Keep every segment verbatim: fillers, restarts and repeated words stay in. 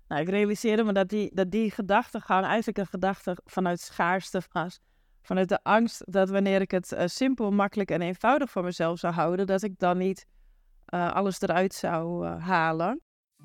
Nou, ik realiseerde me dat die, dat die gedachtegang eigenlijk een gedachte vanuit schaarste was. Vanuit de angst dat wanneer ik het uh, simpel, makkelijk en eenvoudig voor mezelf zou houden, dat ik dan niet uh, alles eruit zou uh, halen.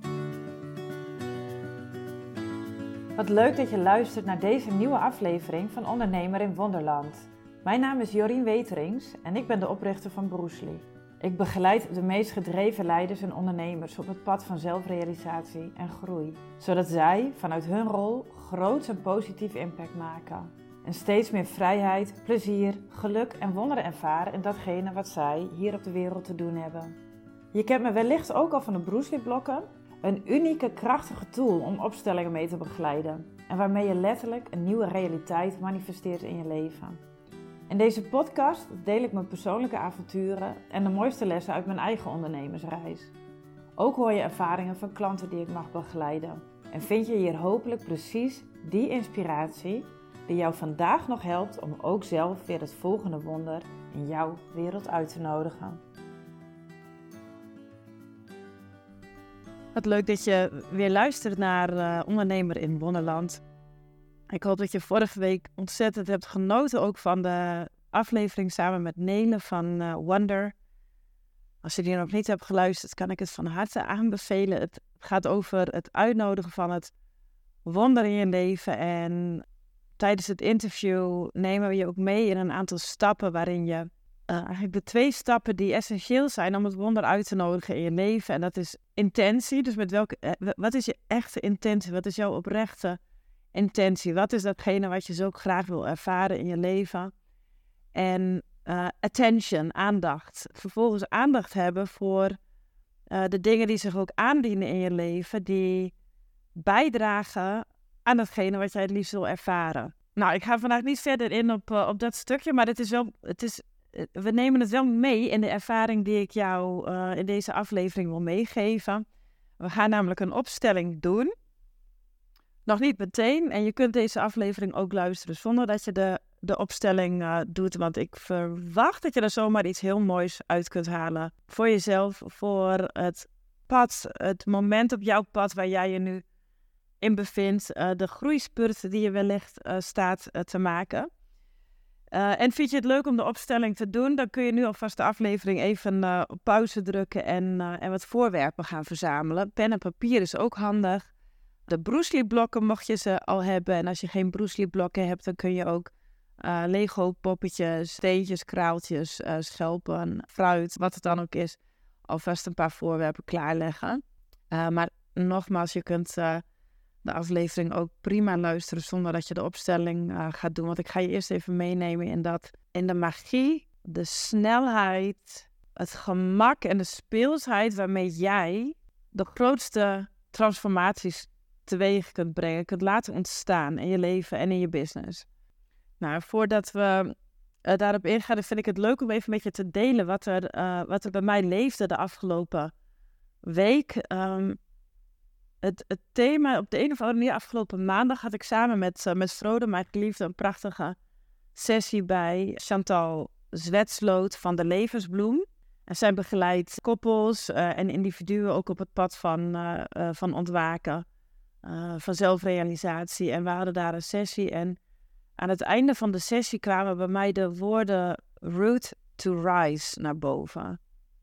Wat leuk dat je luistert naar deze nieuwe aflevering van Ondernemer in Wonderland. Mijn naam is Jorien Weterings en ik ben de oprichter van Broesli. Ik begeleid de meest gedreven leiders en ondernemers op het pad van zelfrealisatie en groei, zodat zij vanuit hun rol groots en positief impact maken. En steeds meer vrijheid, plezier, geluk en wonderen ervaren in datgene wat zij hier op de wereld te doen hebben. Je kent me wellicht ook al van de Broesli-blokken, een unieke, krachtige tool om opstellingen mee te begeleiden en waarmee je letterlijk een nieuwe realiteit manifesteert in je leven. In deze podcast deel ik mijn persoonlijke avonturen en de mooiste lessen uit mijn eigen ondernemersreis. Ook hoor je ervaringen van klanten die ik mag begeleiden. En vind je hier hopelijk precies die inspiratie die jou vandaag nog helpt om ook zelf weer het volgende wonder in jouw wereld uit te nodigen. Wat leuk dat je weer luistert naar uh, Ondernemer in Wonderland. Ik hoop dat je vorige week ontzettend hebt genoten ook van de aflevering samen met Nele van uh, Wonder. Als je die nog niet hebt geluisterd, kan ik het van harte aanbevelen. Het gaat over het uitnodigen van het wonder in je leven. En tijdens het interview nemen we je ook mee in een aantal stappen waarin je... Uh, eigenlijk de twee stappen die essentieel zijn om het wonder uit te nodigen in je leven. En dat is intentie. Dus met welke, uh, wat is je echte intentie? Wat is jouw oprechte intentie? Wat is datgene wat je zo graag wil ervaren in je leven? En uh, attention, aandacht. Vervolgens aandacht hebben voor uh, de dingen die zich ook aandienen in je leven, die bijdragen aan datgene wat jij het liefst wil ervaren. Nou, ik ga vandaag niet verder in op, uh, op dat stukje, maar het is wel, het is, uh, we nemen het wel mee in de ervaring die ik jou uh, in deze aflevering wil meegeven. We gaan namelijk een opstelling doen. Nog niet meteen. En je kunt deze aflevering ook luisteren zonder dat je de, de opstelling uh, doet. Want ik verwacht dat je er zomaar iets heel moois uit kunt halen. Voor jezelf, voor het pad, het moment op jouw pad waar jij je nu in bevindt. Uh, de groeispurt die je wellicht uh, staat uh, te maken. Uh, en vind je het leuk om de opstelling te doen? Dan kun je nu alvast de aflevering even uh, op pauze drukken en, uh, en wat voorwerpen gaan verzamelen. Pen en papier is ook handig. De Broesli-blokken mocht je ze al hebben. En als je geen Broesli-blokken hebt, dan kun je ook uh, Lego-poppetjes, steentjes, kraaltjes, uh, schelpen, fruit, wat het dan ook is, alvast een paar voorwerpen klaarleggen. Uh, maar nogmaals, je kunt uh, de aflevering ook prima luisteren zonder dat je de opstelling uh, gaat doen. Want ik ga je eerst even meenemen in dat, in de magie, de snelheid, het gemak en de speelsheid waarmee jij de grootste transformaties teweeg kunt brengen, kunt laten ontstaan in je leven en in je business. Nou, voordat we uh, daarop ingaan, vind ik het leuk om even met je te delen wat er, uh, wat er bij mij leefde de afgelopen week. Um, het, het thema, op de een of andere manier, afgelopen maandag had ik samen met, uh, met Frode, mijn geliefde, een prachtige sessie bij Chantal Zwetsloot van de Levensbloem. En zij begeleidt koppels uh, en individuen ook op het pad van, uh, uh, van ontwaken, uh, van zelfrealisatie. En we hadden daar een sessie en aan het einde van de sessie kwamen bij mij de woorden root to rise naar boven.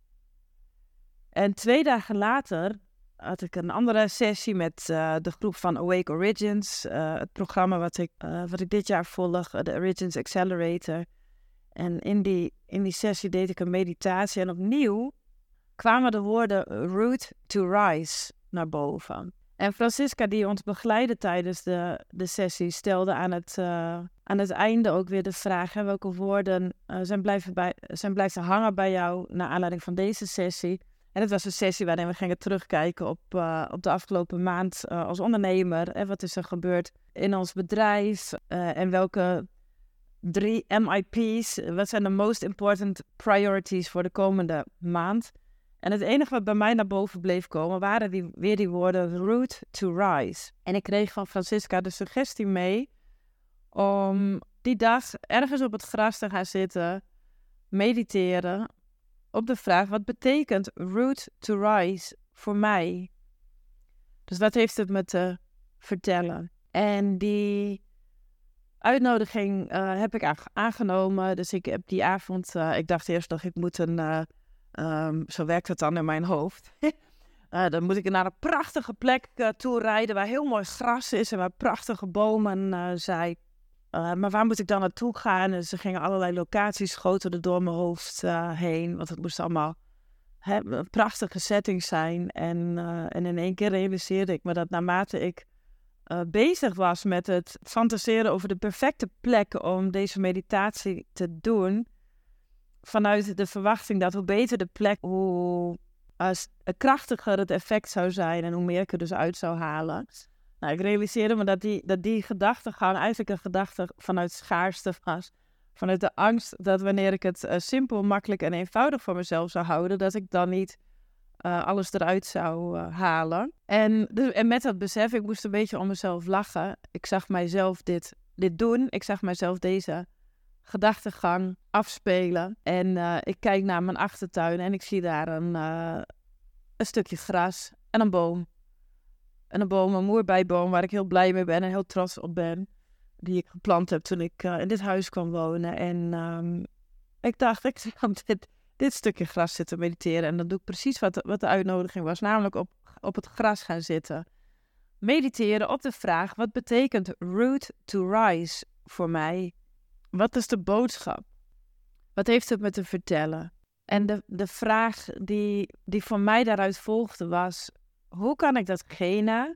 En twee dagen later had ik een andere sessie met uh, de groep van Awake Origins, uh, het programma wat ik, uh, wat ik dit jaar volg, uh, de Origins Accelerator. En in die, in die sessie deed ik een meditatie en opnieuw kwamen de woorden root to rise naar boven. En Francisca, die ons begeleidde tijdens de, de sessie, stelde aan het, uh, aan het einde ook weer de vraag, hè, welke woorden uh, zijn, blijven bij, zijn blijven hangen bij jou naar aanleiding van deze sessie. En het was een sessie waarin we gingen terugkijken op, uh, op de afgelopen maand uh, als ondernemer. Hè, wat is er gebeurd in ons bedrijf uh, en welke drie M I P's, wat zijn de most important priorities voor de komende maand. En het enige wat bij mij naar boven bleef komen waren die, weer die woorden root to rise. En ik kreeg van Francisca de suggestie mee om die dag ergens op het gras te gaan zitten, mediteren op de vraag: wat betekent root to rise voor mij? Dus wat heeft het me te vertellen? En die uitnodiging uh, heb ik aangenomen. Dus ik heb die avond, uh, ik dacht eerst dat ik moet een, uh, um, zo werkt het dan in mijn hoofd. uh, dan moet ik naar een prachtige plek uh, toe rijden waar heel mooi gras is en waar prachtige bomen uh, zijn. Uh, maar waar moet ik dan naartoe gaan? En ze gingen allerlei locaties, schoten er door mijn hoofd uh, heen. Want het moest allemaal hè, een prachtige setting zijn. En, uh, en in één keer realiseerde ik me dat naarmate ik uh, bezig was met het fantaseren over de perfecte plek om deze meditatie te doen, vanuit de verwachting dat hoe beter de plek, hoe uh, krachtiger het effect zou zijn en hoe meer ik er dus uit zou halen. Nou, ik realiseerde me dat die, dat die gedachtegang eigenlijk een gedachte vanuit schaarste was. Vanuit de angst dat wanneer ik het uh, simpel, makkelijk en eenvoudig voor mezelf zou houden, dat ik dan niet uh, alles eruit zou uh, halen. En, dus, en met dat besef, ik moest een beetje om mezelf lachen. Ik zag mijzelf dit, dit doen. Ik zag mijzelf deze gedachtegang afspelen. En uh, ik kijk naar mijn achtertuin en ik zie daar een, uh, een stukje gras en een boom. En een boom, een moerbeiboom, waar ik heel blij mee ben en heel trots op ben. Die ik geplant heb toen ik uh, in dit huis kwam wonen. En um, ik dacht, ik zou op dit, dit stukje gras zitten mediteren. En dan doe ik precies wat de, wat de uitnodiging was. Namelijk op, op het gras gaan zitten. Mediteren op de vraag, wat betekent root to rise voor mij? Wat is de boodschap? Wat heeft het me te vertellen? En de, de vraag die, die voor mij daaruit volgde was, hoe kan ik datgene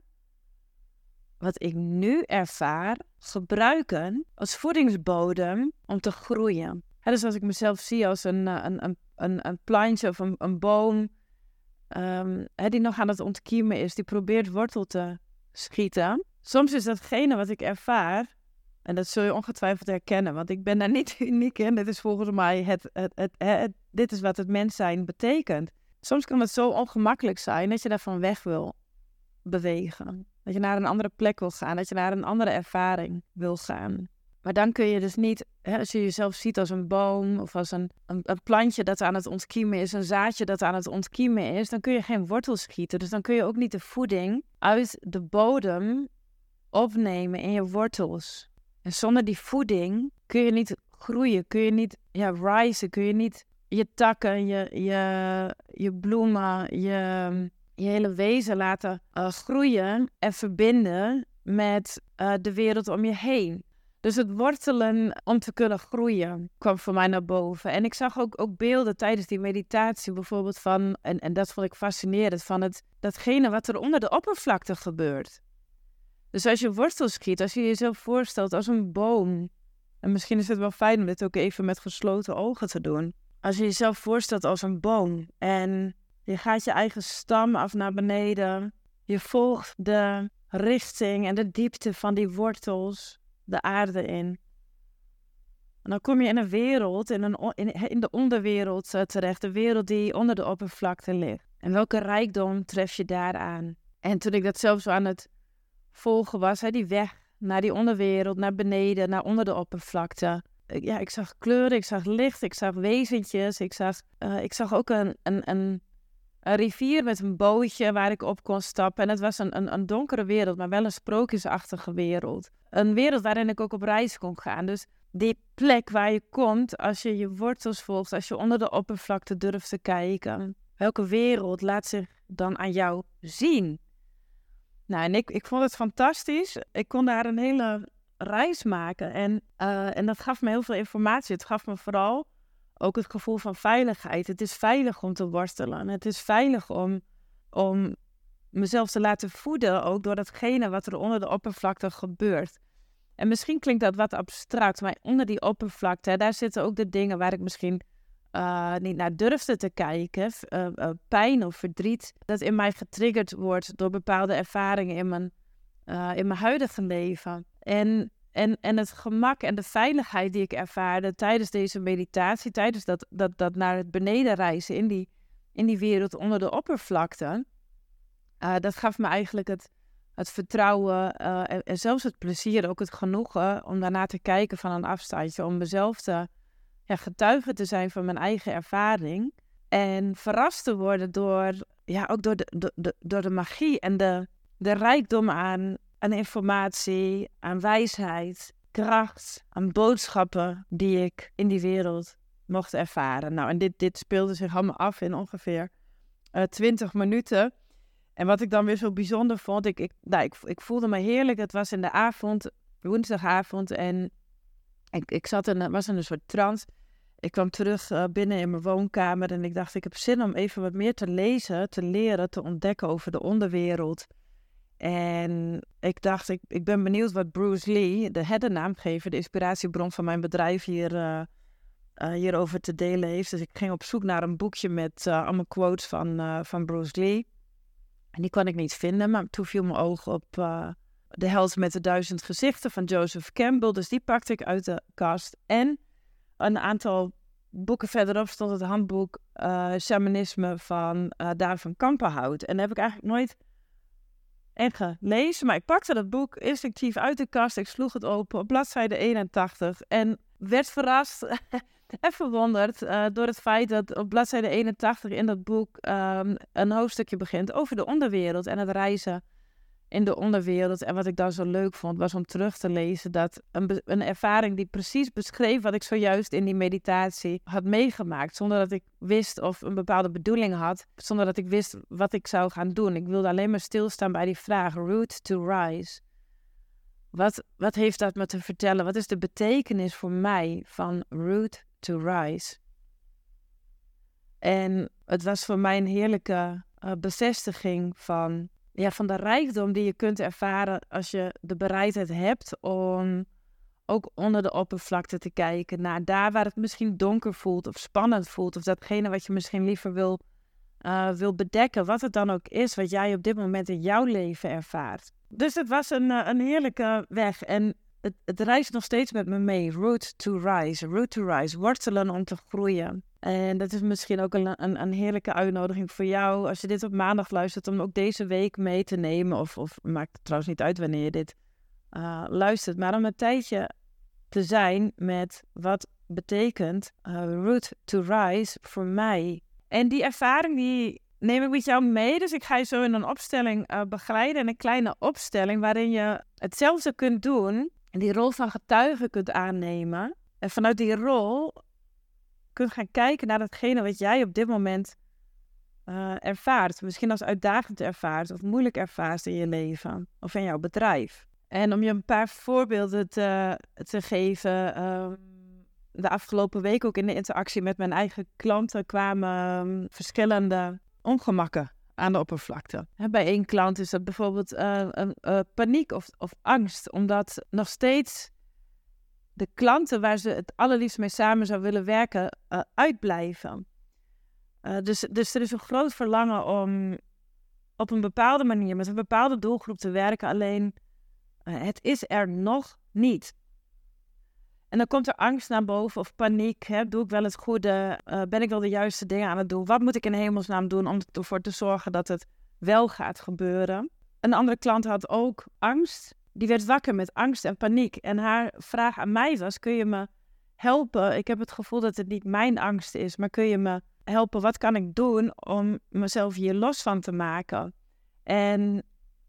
wat ik nu ervaar gebruiken als voedingsbodem om te groeien? He, dus als ik mezelf zie als een, een, een, een, een plantje of een, een boom um, he, die nog aan het ontkiemen is, die probeert wortel te schieten. Soms is datgene wat ik ervaar, en dat zul je ongetwijfeld herkennen, want ik ben daar niet uniek in. Dit is volgens mij het, het, het, het, het, dit is wat het mens zijn betekent. Soms kan het zo ongemakkelijk zijn dat je daarvan weg wil bewegen. Dat je naar een andere plek wil gaan. Dat je naar een andere ervaring wil gaan. Maar dan kun je dus niet, hè, als je jezelf ziet als een boom of als een, een, een plantje dat aan het ontkiemen is, een zaadje dat aan het ontkiemen is, dan kun je geen wortel schieten. Dus dan kun je ook niet de voeding uit de bodem opnemen in je wortels. En zonder die voeding kun je niet groeien, kun je niet ja, risen, kun je niet je takken, je, je, je bloemen, je, je hele wezen laten uh, groeien en verbinden met uh, de wereld om je heen. Dus het wortelen om te kunnen groeien kwam voor mij naar boven. En ik zag ook, ook beelden tijdens die meditatie bijvoorbeeld van, en, en dat vond ik fascinerend, van het, datgene wat er onder de oppervlakte gebeurt. Dus als je wortels schiet, als je jezelf voorstelt als een boom, en misschien is het wel fijn om dit ook even met gesloten ogen te doen. Als je jezelf voorstelt als een boom en je gaat je eigen stam af naar beneden. Je volgt de richting en de diepte van die wortels de aarde in. En dan kom je in een wereld, in, een, in, in de onderwereld uh, terecht. De wereld die onder de oppervlakte ligt. En welke rijkdom tref je daar aan? En toen ik dat zelf zo aan het volgen was, hè, die weg naar die onderwereld, naar beneden, naar onder de oppervlakte. Ja, ik zag kleuren, ik zag licht, ik zag wezentjes. Ik zag, uh, ik zag ook een, een, een, een rivier met een bootje waar ik op kon stappen. En het was een, een, een donkere wereld, maar wel een sprookjesachtige wereld. Een wereld waarin ik ook op reis kon gaan. Dus die plek waar je komt als je je wortels volgt, als je onder de oppervlakte durft te kijken. Welke wereld laat zich dan aan jou zien? Nou, en ik, ik vond het fantastisch. Ik kon daar een hele reis maken. En, uh, en dat gaf me heel veel informatie. Het gaf me vooral ook het gevoel van veiligheid. Het is veilig om te worstelen. Het is veilig om, om mezelf te laten voeden, ook door datgene wat er onder de oppervlakte gebeurt. En misschien klinkt dat wat abstract, maar onder die oppervlakte, daar zitten ook de dingen waar ik misschien uh, niet naar durfde te kijken. Uh, uh, pijn of verdriet, dat in mij getriggerd wordt door bepaalde ervaringen in mijn, uh, in mijn huidige leven. En, en, en het gemak en de veiligheid die ik ervaarde tijdens deze meditatie, tijdens dat, dat, dat naar het beneden reizen in die, in die wereld onder de oppervlakte, uh, dat gaf me eigenlijk het, het vertrouwen uh, en, en zelfs het plezier, ook het genoegen om daarna te kijken van een afstandje, om mezelf te ja, getuige te zijn van mijn eigen ervaring en verrast te worden door, ja, ook door de, de, de, door de magie en de de rijkdom aan, aan informatie, aan wijsheid, kracht, aan boodschappen die ik in die wereld mocht ervaren. Nou, en dit, dit speelde zich allemaal af in ongeveer uh, twintig minuten. En wat ik dan weer zo bijzonder vond, ik, ik, nou, ik, ik voelde me heerlijk. Het was in de avond, woensdagavond, en ik, ik zat in, was in een soort trance. Ik kwam terug uh, binnen in mijn woonkamer en ik dacht, ik heb zin om even wat meer te lezen, te leren, te ontdekken over de onderwereld. En ik dacht, ik, ik ben benieuwd wat Bruce Lee, de head- en naamgever, de inspiratiebron van mijn bedrijf, hier, uh, uh, hierover te delen heeft. Dus ik ging op zoek naar een boekje met uh, allemaal quotes van, uh, van Bruce Lee. En die kon ik niet vinden, maar toen viel mijn oog op uh, De Held met de Duizend Gezichten van Joseph Campbell. Dus die pakte ik uit de kast. En een aantal boeken verderop stond het handboek uh, Shamanisme van uh, Daan van Kampenhout. En dat heb ik eigenlijk nooit echt gelezen, maar ik pakte dat boek instinctief uit de kast. Ik sloeg het open op bladzijde eenentachtig en werd verrast en verwonderd uh, door het feit dat op bladzijde eenentachtig in dat boek um, een hoofdstukje begint over de onderwereld en het reizen in de onderwereld. En wat ik dan zo leuk vond, was om terug te lezen dat een, be- een ervaring die precies beschreef wat ik zojuist in die meditatie had meegemaakt. Zonder dat ik wist of een bepaalde bedoeling had. Zonder dat ik wist wat ik zou gaan doen. Ik wilde alleen maar stilstaan bij die vraag, root to rise. Wat, wat heeft dat me te vertellen? Wat is de betekenis voor mij van root to rise? En het was voor mij een heerlijke uh, bevestiging van... Ja, van de rijkdom die je kunt ervaren als je de bereidheid hebt om ook onder de oppervlakte te kijken naar daar waar het misschien donker voelt of spannend voelt. Of datgene wat je misschien liever wil, uh, wil bedekken. Wat het dan ook is wat jij op dit moment in jouw leven ervaart. Dus het was een, uh, een heerlijke weg en het, het reist nog steeds met me mee. Root to rise, root to rise, wortelen om te groeien. En dat is misschien ook een, een, een heerlijke uitnodiging voor jou, als je dit op maandag luistert, om ook deze week mee te nemen. Of, of maakt het trouwens niet uit wanneer je dit uh, luistert. Maar om een tijdje te zijn met wat betekent uh, root to rise voor mij. En die ervaring die neem ik met jou mee. Dus ik ga je zo in een opstelling uh, begeleiden. In een kleine opstelling waarin je hetzelfde kunt doen. En die rol van getuige kunt aannemen. En vanuit die rol kunt gaan kijken naar datgene wat jij op dit moment uh, ervaart. Misschien als uitdagend ervaart of moeilijk ervaart in je leven of in jouw bedrijf. En om je een paar voorbeelden te, te geven. Uh, de afgelopen week ook in de interactie met mijn eigen klanten kwamen um, verschillende ongemakken aan de oppervlakte. He, bij één klant is dat bijvoorbeeld uh, uh, uh, paniek of, of angst. Omdat nog steeds de klanten waar ze het allerliefst mee samen zou willen werken, uh, uitblijven. Uh, dus, dus er is een groot verlangen om op een bepaalde manier met een bepaalde doelgroep te werken. Alleen uh, het is er nog niet. En dan komt er angst naar boven of paniek. Hè? Doe ik wel het goede? Uh, ben ik wel de juiste dingen aan het doen? Wat moet ik in hemelsnaam doen om ervoor te zorgen dat het wel gaat gebeuren? Een andere klant had ook angst. Die werd wakker met angst en paniek. En haar vraag aan mij was, kun je me helpen? Ik heb het gevoel dat het niet mijn angst is, maar kun je me helpen? Wat kan ik doen om mezelf hier los van te maken? En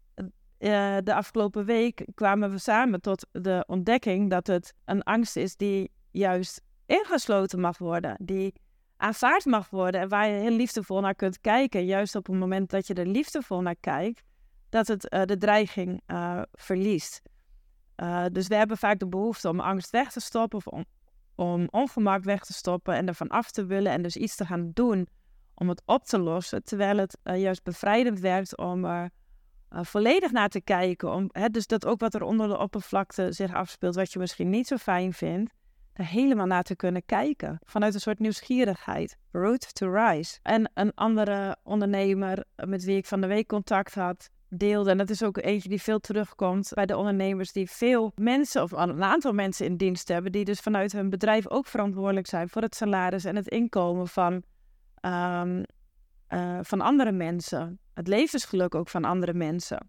uh, de afgelopen week kwamen we samen tot de ontdekking dat het een angst is die juist ingesloten mag worden. Die aanvaard mag worden en waar je heel liefdevol naar kunt kijken. Juist op het moment dat je er liefdevol naar kijkt, dat het uh, de dreiging uh, verliest. Uh, dus we hebben vaak de behoefte om angst weg te stoppen of om, om ongemak weg te stoppen en ervan af te willen en dus iets te gaan doen om het op te lossen, terwijl het uh, juist bevrijdend werkt om er uh, volledig naar te kijken. Om, hè, dus dat ook wat er onder de oppervlakte zich afspeelt, wat je misschien niet zo fijn vindt, er helemaal naar te kunnen kijken. Vanuit een soort nieuwsgierigheid. Root to rise. En een andere ondernemer met wie ik van de week contact had, deelde, en dat is ook eentje die veel terugkomt bij de ondernemers die veel mensen, of een aantal mensen in dienst hebben, die dus vanuit hun bedrijf ook verantwoordelijk zijn voor het salaris en het inkomen van, um, uh, van andere mensen. Het levensgeluk ook van andere mensen.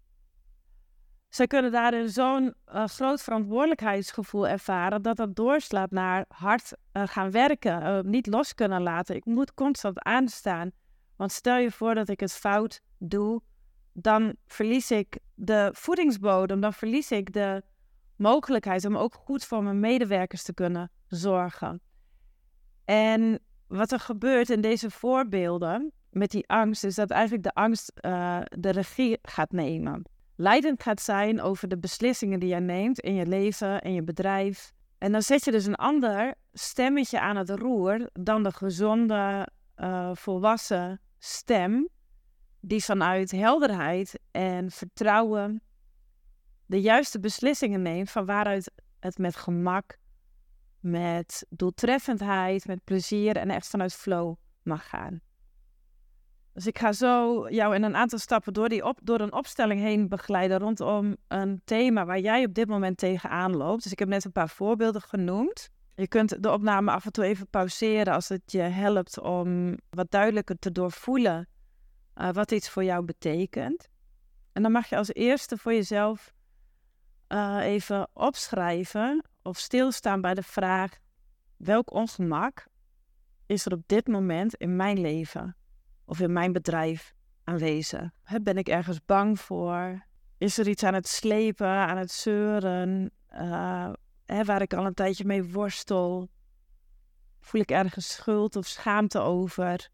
Zij kunnen daarin zo'n uh, groot verantwoordelijkheidsgevoel ervaren dat dat doorslaat naar hard uh, gaan werken, uh, niet los kunnen laten. Ik moet constant aanstaan, want stel je voor dat ik het fout doe, dan verlies ik de voedingsbodem, dan verlies ik de mogelijkheid om ook goed voor mijn medewerkers te kunnen zorgen. En wat er gebeurt in deze voorbeelden met die angst, is dat eigenlijk de angst uh, de regie gaat nemen. Leidend gaat zijn over de beslissingen die je neemt in je leven, in je bedrijf. En dan zet je dus een ander stemmetje aan het roer dan de gezonde, uh, volwassen stem, die vanuit helderheid en vertrouwen de juiste beslissingen neemt, van waaruit het met gemak, met doeltreffendheid, met plezier en echt vanuit flow mag gaan. Dus ik ga zo jou in een aantal stappen door, die op, door een opstelling heen begeleiden rondom een thema waar jij op dit moment tegenaan loopt. Dus ik heb net een paar voorbeelden genoemd. Je kunt de opname af en toe even pauzeren als het je helpt om wat duidelijker te doorvoelen uh, wat iets voor jou betekent. En dan mag je als eerste voor jezelf uh, even opschrijven of stilstaan bij de vraag: welk ongemak is er op dit moment in mijn leven of in mijn bedrijf aanwezig? He, ben ik ergens bang voor? Is er iets aan het slepen, aan het zeuren, uh, he, waar ik al een tijdje mee worstel? Voel ik ergens schuld of schaamte over?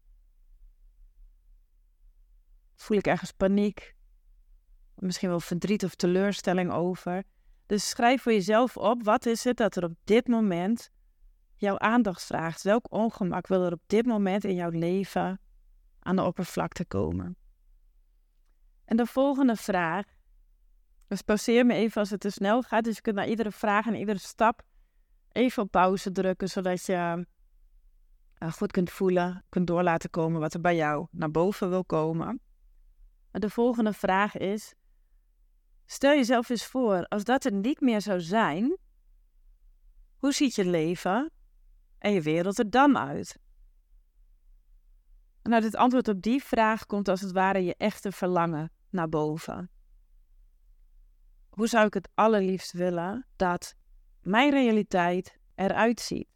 Voel ik ergens paniek? Misschien wel verdriet of teleurstelling over? Dus schrijf voor jezelf op, wat is het dat er op dit moment jouw aandacht vraagt? Welk ongemak wil er op dit moment in jouw leven aan de oppervlakte komen? En de volgende vraag, dus pauzeer me even als het te snel gaat, dus je kunt naar iedere vraag en iedere stap even op pauze drukken, zodat je uh, goed kunt voelen, kunt door laten komen wat er bij jou naar boven wil komen. Maar de volgende vraag is: stel jezelf eens voor, als dat er niet meer zou zijn, hoe ziet je leven en je wereld er dan uit? En uit het antwoord op die vraag komt als het ware je echte verlangen naar boven. Hoe zou ik het allerliefst willen dat mijn realiteit eruit ziet?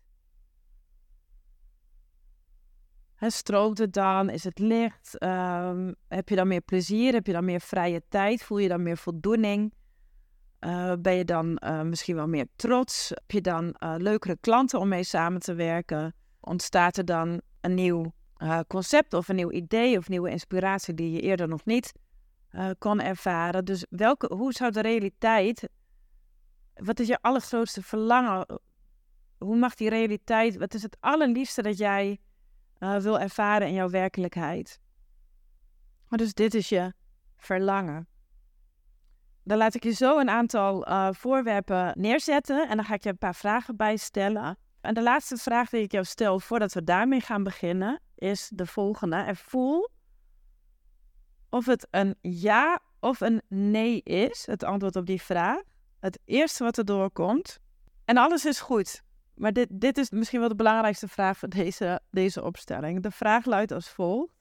He, stroomt het dan? Is het licht? Um, heb je dan meer plezier? Heb je dan meer vrije tijd? Voel je dan meer voldoening? Uh, ben je dan uh, misschien wel meer trots? Heb je dan uh, leukere klanten om mee samen te werken? Ontstaat er dan een nieuw uh, concept of een nieuw idee of nieuwe inspiratie die je eerder nog niet uh, kon ervaren? Dus welke, hoe zou de realiteit, wat is je allergrootste verlangen? Hoe mag die realiteit, wat is het allerliefste dat jij uh, wil ervaren in jouw werkelijkheid? Maar dus dit is je verlangen. Dan laat ik je zo een aantal uh, voorwerpen neerzetten en dan ga ik je een paar vragen bij stellen. En de laatste vraag die ik jou stel voordat we daarmee gaan beginnen is de volgende. En voel of het een ja of een nee is, het antwoord op die vraag. Het eerste wat er doorkomt. En alles is goed. Maar dit, dit is misschien wel de belangrijkste vraag van deze, deze opstelling. De vraag luidt als volgt: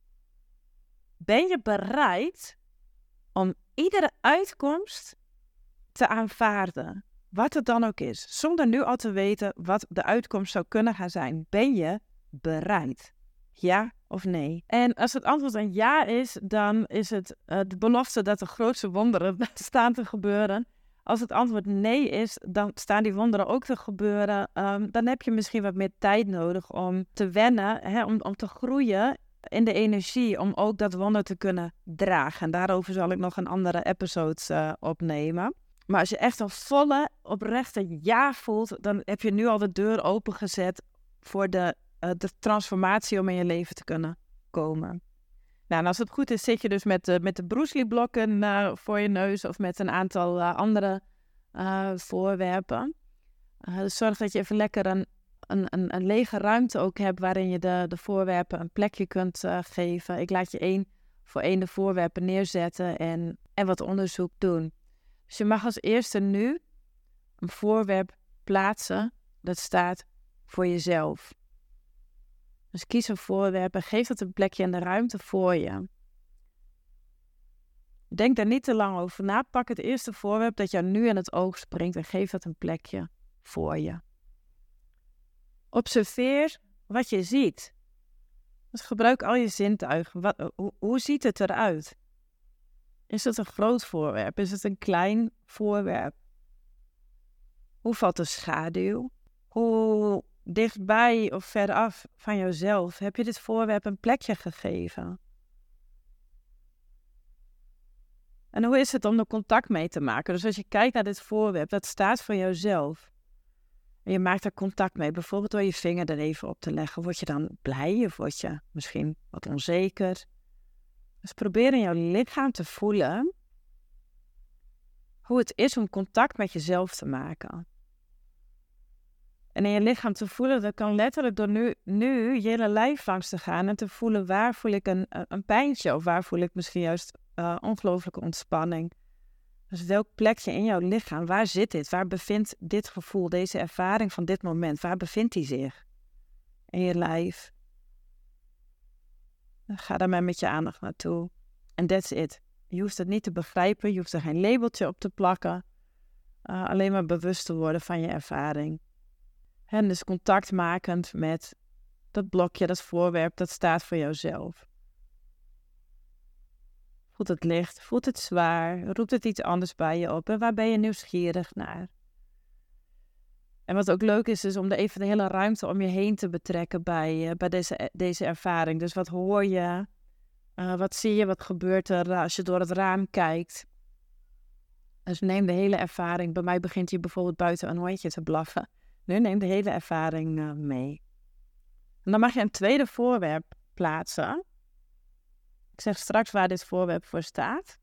ben je bereid om iedere uitkomst te aanvaarden, wat het dan ook is, zonder nu al te weten wat de uitkomst zou kunnen gaan zijn? Ben je bereid? Ja of nee? En als het antwoord een ja is, dan is het uh, de belofte dat de grootste wonderen staan te gebeuren. Als het antwoord nee is, dan staan die wonderen ook te gebeuren. Um, dan heb je misschien wat meer tijd nodig om te wennen, hè, om, om te groeien in de energie, om ook dat wonder te kunnen dragen. En daarover zal ik nog een andere episode uh, opnemen. Maar als je echt een volle, oprechte ja voelt, dan heb je nu al de deur opengezet voor de, uh, de transformatie om in je leven te kunnen komen. Nou, en als het goed is, zit je dus met de, met de Bruce Lee blokken uh, voor je neus of met een aantal uh, andere uh, voorwerpen. Uh, dus zorg dat je even lekker een, een, een, een lege ruimte ook hebt waarin je de, de voorwerpen een plekje kunt uh, geven. Ik laat je één voor één de voorwerpen neerzetten en, en wat onderzoek doen. Dus je mag als eerste nu een voorwerp plaatsen dat staat voor jezelf. Dus kies een voorwerp en geef dat een plekje in de ruimte voor je. Denk daar niet te lang over na. Pak het eerste voorwerp dat jou nu in het oog springt en geef dat een plekje voor je. Observeer wat je ziet. Dus gebruik al je zintuigen. Wat, hoe, hoe ziet het eruit? Is het een groot voorwerp? Is het een klein voorwerp? Hoe valt de schaduw? Hoe dichtbij of veraf van jezelf heb je dit voorwerp een plekje gegeven? En hoe is het om er contact mee te maken? Dus als je kijkt naar dit voorwerp, dat staat voor jouzelf. En je maakt er contact mee, bijvoorbeeld door je vinger er even op te leggen. Word je dan blij of word je misschien wat onzeker? Dus probeer in jouw lichaam te voelen hoe het is om contact met jezelf te maken. En in je lichaam te voelen, dat kan letterlijk door nu, nu je hele lijf langs te gaan en te voelen waar voel ik een, een pijntje of waar voel ik misschien juist uh, ongelooflijke ontspanning. Dus welk plekje in jouw lichaam, waar zit dit? Waar bevindt dit gevoel, deze ervaring van dit moment, waar bevindt die zich? In je lijf. Ga daar maar met je aandacht naartoe. En that's it. Je hoeft het niet te begrijpen, je hoeft er geen labeltje op te plakken. Uh, alleen maar bewust te worden van je ervaring. En dus contactmakend met dat blokje, dat voorwerp, dat staat voor jouzelf. Voelt het licht, voelt het zwaar, roept het iets anders bij je op en waar ben je nieuwsgierig naar? En wat ook leuk is, is om er even de hele ruimte om je heen te betrekken bij, uh, bij deze, deze ervaring. Dus wat hoor je, uh, wat zie je, wat gebeurt er uh, als je door het raam kijkt? Dus neem de hele ervaring. Bij mij begint hier bijvoorbeeld buiten een hondje te blaffen. Nu neem de hele ervaring uh, mee. En dan mag je een tweede voorwerp plaatsen. Ik zeg straks waar dit voorwerp voor staat.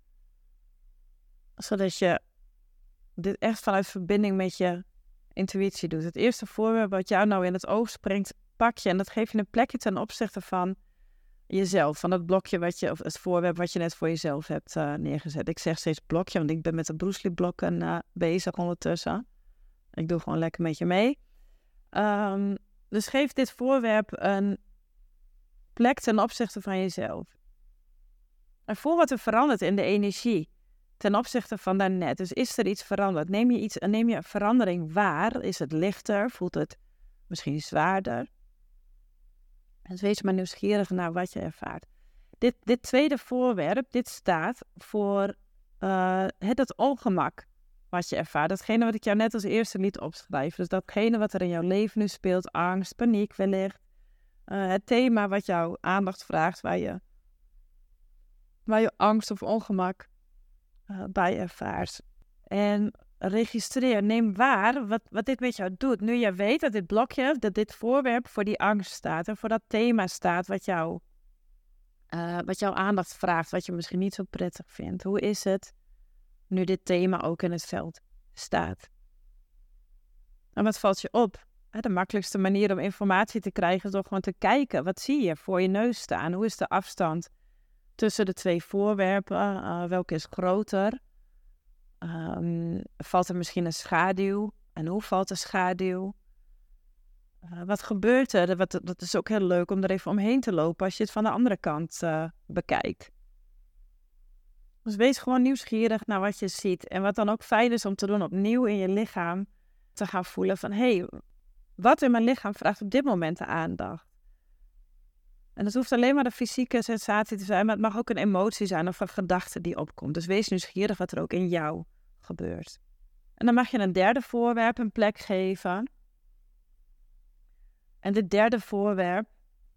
Zodat je dit echt vanuit verbinding met je intuïtie doet. Het eerste voorwerp wat jou nou in het oog springt, pak je en dat geef je een plekje ten opzichte van jezelf. Van dat blokje wat je, of het voorwerp wat je net voor jezelf hebt uh, neergezet. Ik zeg steeds blokje, want ik ben met de Bruce Lee blokken uh, bezig ondertussen. Ik doe gewoon lekker met je mee. Um, dus geef dit voorwerp een plek ten opzichte van jezelf. En voel wat er verandert in de energie ten opzichte van daarnet. Dus is er iets veranderd? Neem je, iets, neem je een verandering waar? Is het lichter? Voelt het misschien zwaarder? Dus wees maar nieuwsgierig naar wat je ervaart. Dit, dit tweede voorwerp, dit staat voor uh, het, het ongemak wat je ervaart. Datgene wat ik jou net als eerste liet opschrijven. Dus datgene wat er in jouw leven nu speelt. Angst, paniek wellicht. Uh, het thema wat jouw aandacht vraagt. Waar je, waar je angst of ongemak uh, bij ervaart. En registreer, neem waar wat, wat dit met jou doet. Nu je weet dat dit blokje, dat dit voorwerp voor die angst staat. En voor dat thema staat wat, jou, uh, wat jouw aandacht vraagt. Wat je misschien niet zo prettig vindt. Hoe is het nu dit thema ook in het veld staat? En wat valt je op? De makkelijkste manier om informatie te krijgen is door gewoon te kijken. Wat zie je voor je neus staan? Hoe is de afstand tussen de twee voorwerpen? Uh, welke is groter? Um, valt er misschien een schaduw? En hoe valt de schaduw? Uh, wat gebeurt er? Wat, dat is ook heel leuk om er even omheen te lopen als je het van de andere kant uh, bekijkt. Dus wees gewoon nieuwsgierig naar wat je ziet. En wat dan ook fijn is om te doen opnieuw in je lichaam. Te gaan voelen van, hé, hey, wat in mijn lichaam vraagt op dit moment de aandacht? En dat hoeft alleen maar de fysieke sensatie te zijn, maar het mag ook een emotie zijn of een gedachte die opkomt. Dus wees nieuwsgierig wat er ook in jou gebeurt. En dan mag je een derde voorwerp een plek geven. En dit derde voorwerp,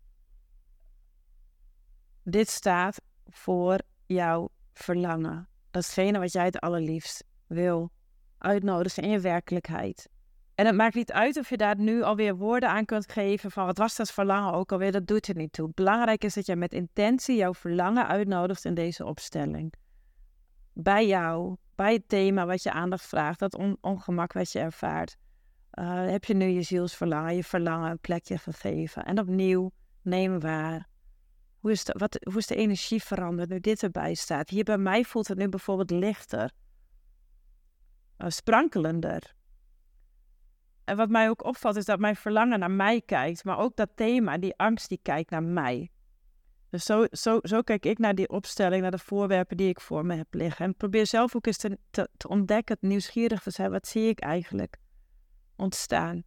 dit staat voor jouw verlangen. Datgene wat jij het allerliefst wil uitnodigen in je werkelijkheid. En het maakt niet uit of je daar nu alweer woorden aan kunt geven van wat was dat verlangen ook alweer, dat doet er niet toe. Belangrijk is dat je met intentie jouw verlangen uitnodigt in deze opstelling. Bij jou, bij het thema wat je aandacht vraagt, dat on- ongemak wat je ervaart. Uh, heb je nu je zielsverlangen, je verlangen een plekje gegeven. En opnieuw, neem waar. Hoe is de, wat, hoe is de energie veranderd nu dit erbij staat? Hier bij mij voelt het nu bijvoorbeeld lichter. Uh, sprankelender. En wat mij ook opvalt is dat mijn verlangen naar mij kijkt. Maar ook dat thema, die angst, die kijkt naar mij. Dus zo, zo, zo kijk ik naar die opstelling, naar de voorwerpen die ik voor me heb liggen. En probeer zelf ook eens te, te, te ontdekken, nieuwsgierig te zijn. Wat zie ik eigenlijk ontstaan?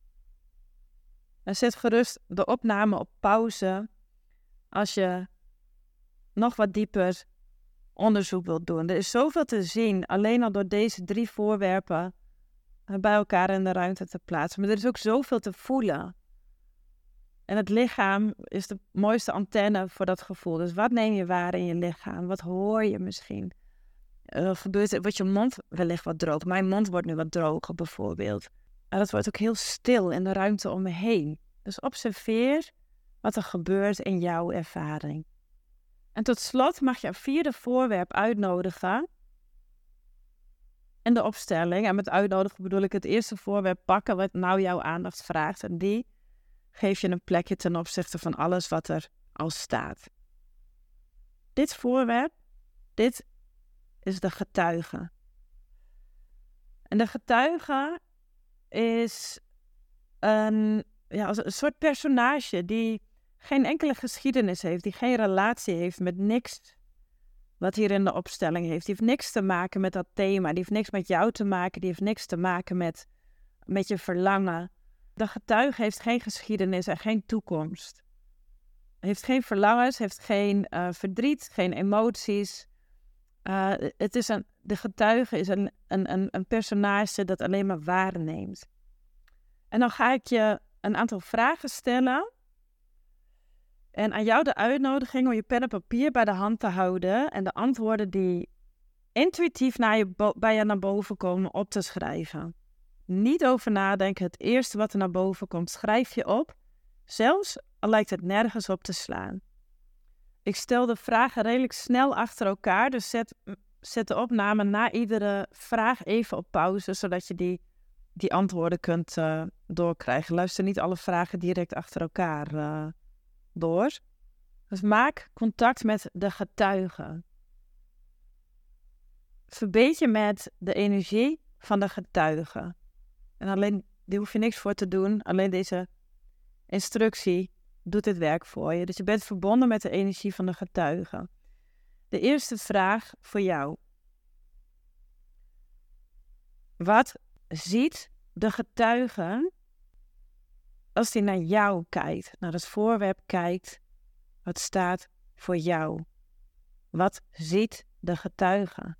En zet gerust de opname op pauze als je nog wat dieper onderzoek wilt doen. Er is zoveel te zien, alleen al door deze drie voorwerpen bij elkaar in de ruimte te plaatsen. Maar er is ook zoveel te voelen. En het lichaam is de mooiste antenne voor dat gevoel. Dus wat neem je waar in je lichaam? Wat hoor je misschien? Uh, gebeurt er, wordt je mond wellicht wat droog? Mijn mond wordt nu wat droger bijvoorbeeld. En dat wordt ook heel stil in de ruimte om me heen. Dus observeer wat er gebeurt in jouw ervaring. En tot slot mag je een vierde voorwerp uitnodigen in de opstelling. En met uitnodigen bedoel ik het eerste voorwerp pakken wat nou jouw aandacht vraagt. En die geef je een plekje ten opzichte van alles wat er al staat. Dit voorwerp, dit is de getuige. En de getuige is een, ja, een soort personage die geen enkele geschiedenis heeft, die geen relatie heeft met niks wat hier in de opstelling heeft. Die heeft niks te maken met dat thema, die heeft niks met jou te maken, die heeft niks te maken met, met je verlangen. De getuige heeft geen geschiedenis en geen toekomst. Heeft geen verlangens, heeft geen uh, verdriet, geen emoties. Uh, het is een, de getuige is een, een, een, een personage dat alleen maar waarneemt. En dan ga ik je een aantal vragen stellen. En aan jou de uitnodiging om je pen en papier bij de hand te houden. En de antwoorden die intuïtief naar je bo- bij je naar boven komen op te schrijven. Niet over nadenken. Het eerste wat er naar boven komt, schrijf je op. Zelfs al lijkt het nergens op te slaan. Ik stel de vragen redelijk snel achter elkaar. Dus zet, zet de opname na iedere vraag even op pauze. Zodat je die, die antwoorden kunt uh, doorkrijgen. Luister niet alle vragen direct achter elkaar uh, door. Dus maak contact met de getuige. Verbeet je met de energie van de getuige. En alleen, daar hoef je niks voor te doen. Alleen deze instructie doet dit werk voor je. Dus je bent verbonden met de energie van de getuige. De eerste vraag voor jou. Wat ziet de getuige als hij naar jou kijkt, naar het voorwerp kijkt, wat staat voor jou? Wat ziet de getuige?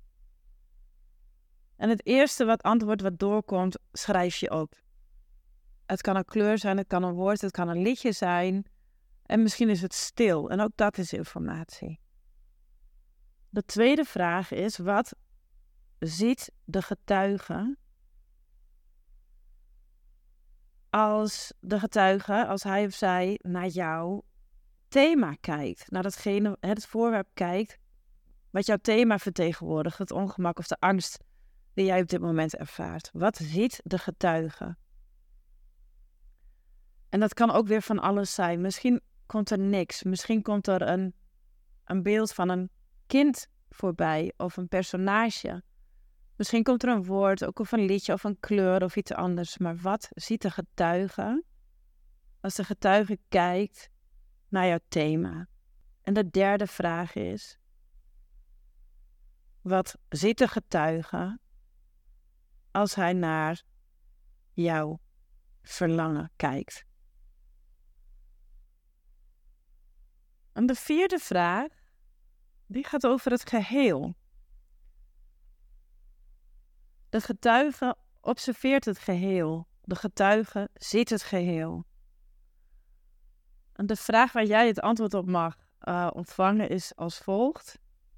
En het eerste wat antwoord wat doorkomt, schrijf je op. Het kan een kleur zijn, het kan een woord, het kan een liedje zijn. En misschien is het stil. En ook dat is informatie. De tweede vraag is, wat ziet de getuige als de getuige, als hij of zij naar jouw thema kijkt, naar datgene, het voorwerp kijkt, wat jouw thema vertegenwoordigt, het ongemak of de angst die jij op dit moment ervaart. Wat ziet de getuige? En dat kan ook weer van alles zijn. Misschien komt er niks. Misschien komt er een, een beeld van een kind voorbij of een personage. Misschien komt er een woord, ook of een liedje of een kleur of iets anders. Maar wat ziet de getuige als de getuige kijkt naar jouw thema? En de derde vraag is, wat ziet de getuige als hij naar jouw verlangen kijkt? En de vierde vraag, die gaat over het geheel. De getuige observeert het geheel. De getuige ziet het geheel. En de vraag waar jij het antwoord op mag uh, ontvangen is als volgt.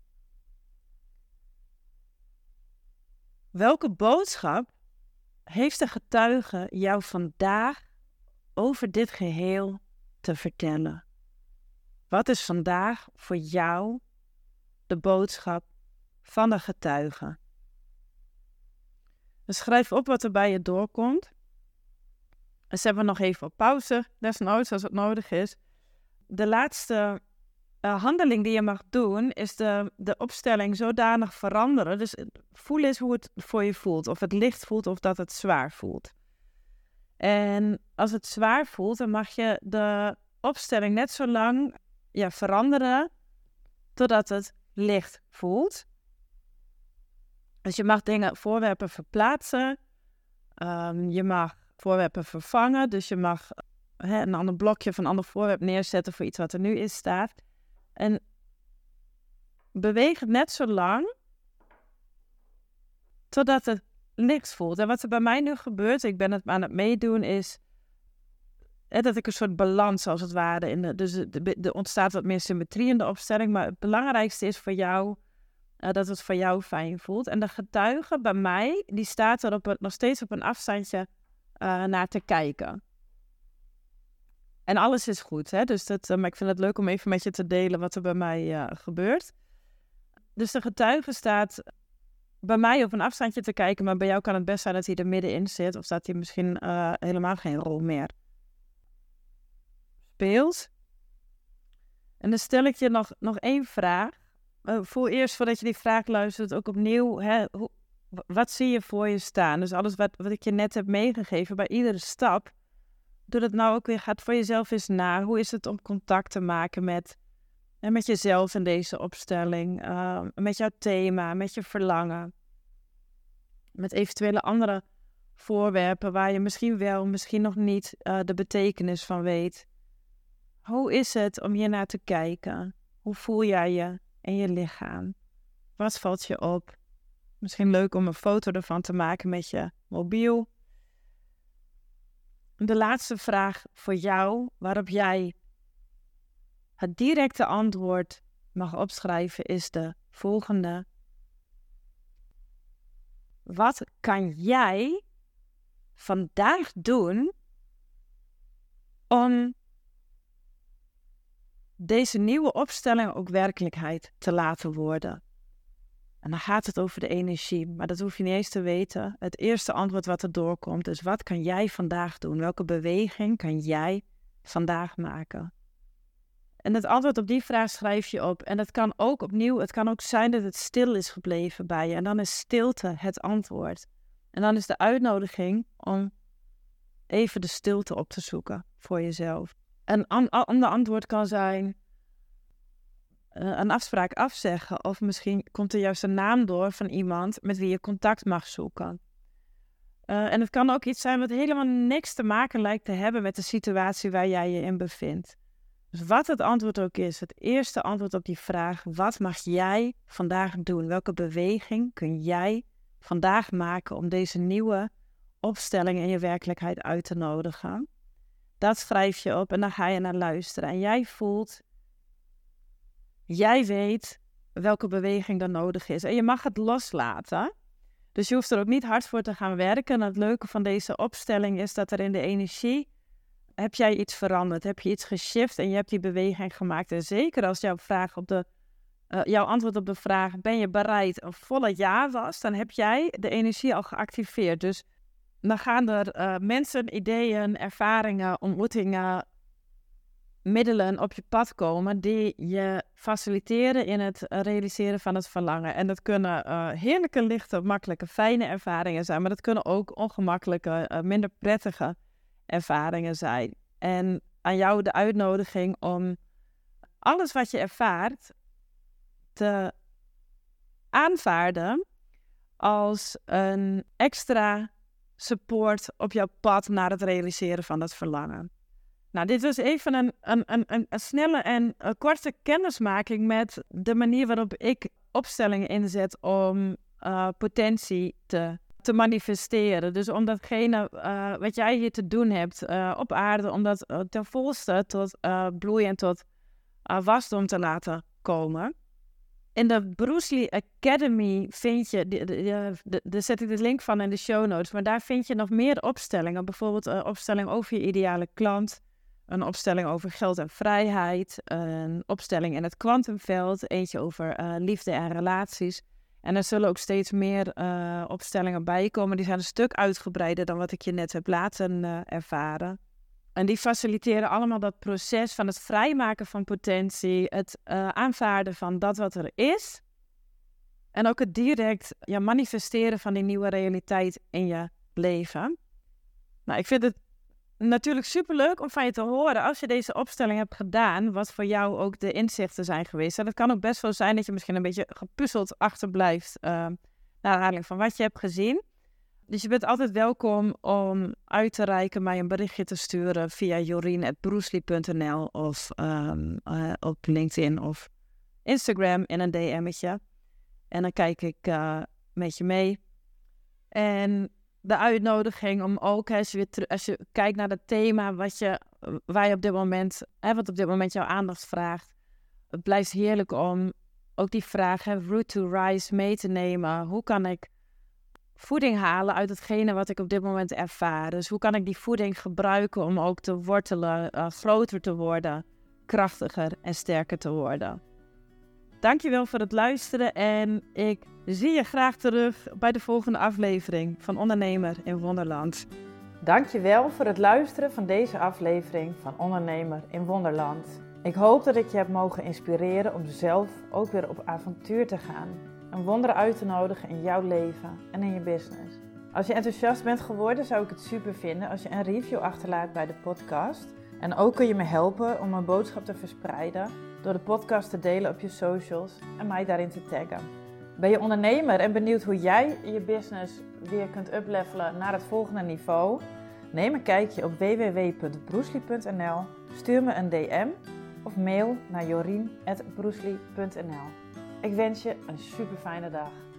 Welke boodschap heeft de getuige jou vandaag over dit geheel te vertellen? Wat is vandaag voor jou de boodschap van de getuige? Dus schrijf op wat er bij je doorkomt. En zetten we nog even op pauze, desnoods als het nodig is. De laatste uh, handeling die je mag doen is de, de opstelling zodanig veranderen. Dus voel eens hoe het voor je voelt. Of het licht voelt of dat het zwaar voelt. En als het zwaar voelt, dan mag je de opstelling net zo lang ja, veranderen totdat het licht voelt. Dus je mag dingen, voorwerpen verplaatsen. Um, je mag voorwerpen vervangen. Dus je mag he, een ander blokje of een ander voorwerp neerzetten voor iets wat er nu is staat. En beweeg het net zo lang totdat het niks voelt. En wat er bij mij nu gebeurt, ik ben het aan het meedoen, is hè, dat ik een soort balans als het ware in de, dus er ontstaat wat meer symmetrie in de opstelling, maar het belangrijkste is voor jou uh, dat het voor jou fijn voelt. En de getuige bij mij, die staat er op een, nog steeds op een afstandje uh, naar te kijken. En alles is goed, hè? Dus dat, uh, maar ik vind het leuk om even met je te delen wat er bij mij uh, gebeurt. Dus de getuige staat bij mij op een afstandje te kijken, maar bij jou kan het best zijn dat hij er middenin zit of dat hij misschien uh, helemaal geen rol meer speelt. En dan stel ik je nog, nog één vraag. Uh, voor eerst, voordat je die vraag luistert, ook opnieuw, hè, hoe, wat zie je voor je staan? Dus alles wat, wat ik je net heb meegegeven bij iedere stap, doe dat nou ook weer, gaat voor jezelf eens na. Hoe is het om contact te maken met, hè, met jezelf in deze opstelling, uh, met jouw thema, met je verlangen, met eventuele andere voorwerpen waar je misschien wel, misschien nog niet uh, de betekenis van weet. Hoe is het om hier naar te kijken? Hoe voel jij je in je lichaam? Wat valt je op? Misschien leuk om een foto ervan te maken met je mobiel. De laatste vraag voor jou, waarop jij het directe antwoord mag opschrijven, is de volgende. Wat kan jij vandaag doen om deze nieuwe opstelling ook werkelijkheid te laten worden? En dan gaat het over de energie, maar dat hoef je niet eens te weten. Het eerste antwoord wat er doorkomt is, wat kan jij vandaag doen? Welke beweging kan jij vandaag maken? En het antwoord op die vraag schrijf je op. En het kan ook opnieuw, het kan ook zijn dat het stil is gebleven bij je. En dan is stilte het antwoord. En dan is de uitnodiging om even de stilte op te zoeken voor jezelf. Een ander antwoord kan zijn een afspraak afzeggen. Of misschien komt er juist een naam door van iemand met wie je contact mag zoeken. Uh, en het kan ook iets zijn wat helemaal niks te maken lijkt te hebben met de situatie waar jij je in bevindt. Dus wat het antwoord ook is, het eerste antwoord op die vraag, wat mag jij vandaag doen? Welke beweging kun jij vandaag maken om deze nieuwe opstelling in je werkelijkheid uit te nodigen? Dat schrijf je op en dan ga je naar luisteren. En jij voelt, jij weet welke beweging er nodig is. En je mag het loslaten. Dus je hoeft er ook niet hard voor te gaan werken. En het leuke van deze opstelling is dat er in de energie, heb jij iets veranderd, heb je iets geshift en je hebt die beweging gemaakt. En zeker als jouw, vraag op de, uh, jouw antwoord op de vraag, ben je bereid, een volle ja was, dan heb jij de energie al geactiveerd. Dus dan gaan er uh, mensen, ideeën, ervaringen, ontmoetingen, middelen op je pad komen die je faciliteren in het realiseren van het verlangen. En dat kunnen uh, heerlijke, lichte, makkelijke, fijne ervaringen zijn, maar dat kunnen ook ongemakkelijke, uh, minder prettige ervaringen zijn. En aan jou de uitnodiging om alles wat je ervaart te aanvaarden als een extra support op jouw pad naar het realiseren van het verlangen. Nou, dit was even een, een, een, een snelle en een korte kennismaking met de manier waarop ik opstellingen inzet om uh, potentie te, te manifesteren. Dus om datgene uh, wat jij hier te doen hebt uh, op aarde, om dat uh, ten volste tot uh, bloei en tot uh, wasdom te laten komen. In de Bruce Lee Academy vind je, daar zet ik de link van in de show notes, maar daar vind je nog meer opstellingen. Bijvoorbeeld een opstelling over je ideale klant, een opstelling over geld en vrijheid, een opstelling in het kwantumveld, eentje over uh, liefde en relaties. En er zullen ook steeds meer uh, opstellingen bij komen. Die zijn een stuk uitgebreider dan wat ik je net heb laten uh, ervaren. En die faciliteren allemaal dat proces van het vrijmaken van potentie, het uh, aanvaarden van dat wat er is. En ook het direct ja, manifesteren van die nieuwe realiteit in je leven. Nou, ik vind het natuurlijk superleuk om van je te horen als je deze opstelling hebt gedaan, wat voor jou ook de inzichten zijn geweest. En het kan ook best wel zijn dat je misschien een beetje gepuzzeld achterblijft uh, naar aanleiding van wat je hebt gezien. Dus je bent altijd welkom om uit te reiken, mij een berichtje te sturen via jorien at brucelee punt n l of um, uh, op LinkedIn of Instagram in een D M'tje. En dan kijk ik uh, met je mee. En de uitnodiging om ook, als je, weer ter- als je kijkt naar het thema wat je, waar je op dit moment, hè, wat op dit moment jouw aandacht vraagt. Het blijft heerlijk om ook die vraag, hè, root to rise, mee te nemen. Hoe kan ik voeding halen uit hetgene wat ik op dit moment ervaar? Dus hoe kan ik die voeding gebruiken om ook te wortelen, uh, groter te worden, krachtiger en sterker te worden? Dankjewel voor het luisteren en ik zie je graag terug bij de volgende aflevering van Ondernemer in Wonderland. Dankjewel voor het luisteren van deze aflevering van Ondernemer in Wonderland. Ik hoop dat ik je heb mogen inspireren om zelf ook weer op avontuur te gaan. Een wonder uit te nodigen in jouw leven en in je business. Als je enthousiast bent geworden, zou ik het super vinden als je een review achterlaat bij de podcast. En ook kun je me helpen om mijn boodschap te verspreiden door de podcast te delen op je socials en mij daarin te taggen. Ben je ondernemer en benieuwd hoe jij je business weer kunt uplevelen naar het volgende niveau? Neem een kijkje op w w w punt broesli punt n l, stuur me een D M of mail naar jorien at broesli punt n l. Ik wens je een super fijne dag.